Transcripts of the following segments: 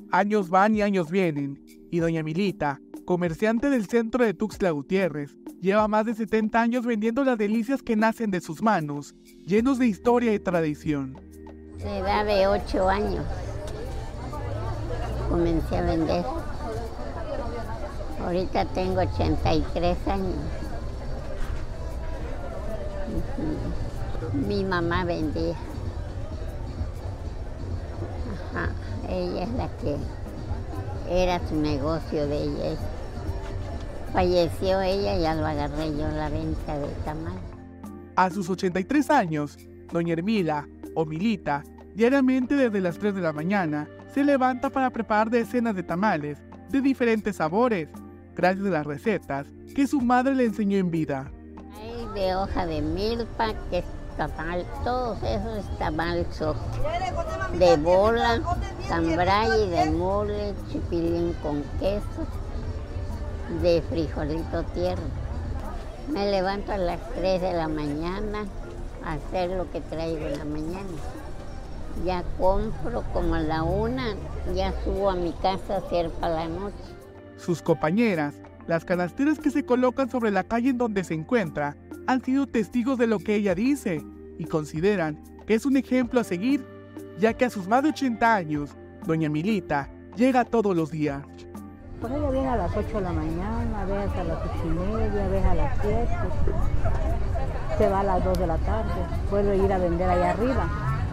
Años van y años vienen, y doña Milita, comerciante del centro de Tuxtla Gutiérrez, lleva más de 70 años vendiendo las delicias que nacen de sus manos, llenos de historia y tradición. A la edad de 8 años comencé a vender. Ahorita tengo 83 años. Mi mamá vendía. Ajá, ella es la que era su negocio de ella. Falleció ella y ya lo agarré yo la venta de tamal. A sus 83 años, doña Hermila, o Milita, diariamente desde las 3 de la mañana, se levanta para preparar decenas de tamales de diferentes sabores, gracias a las recetas que su madre le enseñó en vida. Hay de hoja de milpa, que es tamal, todos esos es tamal soft, de bola, cambray, de mole, chipilín con queso, de frijolito tierno. Me levanto a las 3 de la mañana a hacer lo que traigo en la mañana. Ya compro como a la 1, ya subo a mi casa a hacer para la noche. Sus compañeras, las canasteras que se colocan sobre la calle en donde se encuentra, han sido testigos de lo que ella dice y consideran que es un ejemplo a seguir, ya que a sus más de 80 años, doña Milita llega todos los días. Pues ella viene a las 8 de la mañana, ve hasta las 8:30, ve a las 7, se va a las 2 de la tarde, vuelve a ir a vender allá arriba.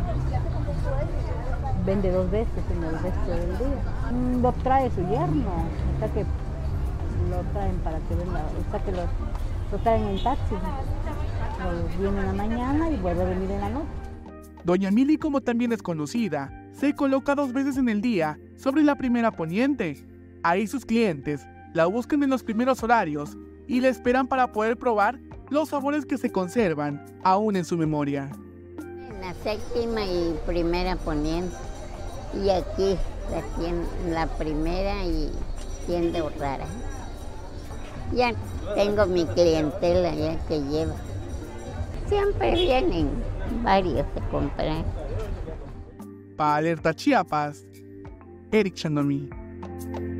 Vende 2 veces en el resto del día. Lo trae su yerno, hasta que lo traen para que venda, hasta que lo traen en taxi. Viene en la mañana y vuelve a venir en la noche. Doña Mili, como también es conocida, se coloca 2 veces en el día sobre la primera poniente. Ahí sus clientes la buscan en los primeros horarios y la esperan para poder probar los sabores que se conservan aún en su memoria. En la séptima y primera poniente, y aquí la primera y tienda rara. Ya tengo mi clientela ya que lleva. Siempre vienen varios a comprar. Para Alerta Chiapas, Eric Chandomí.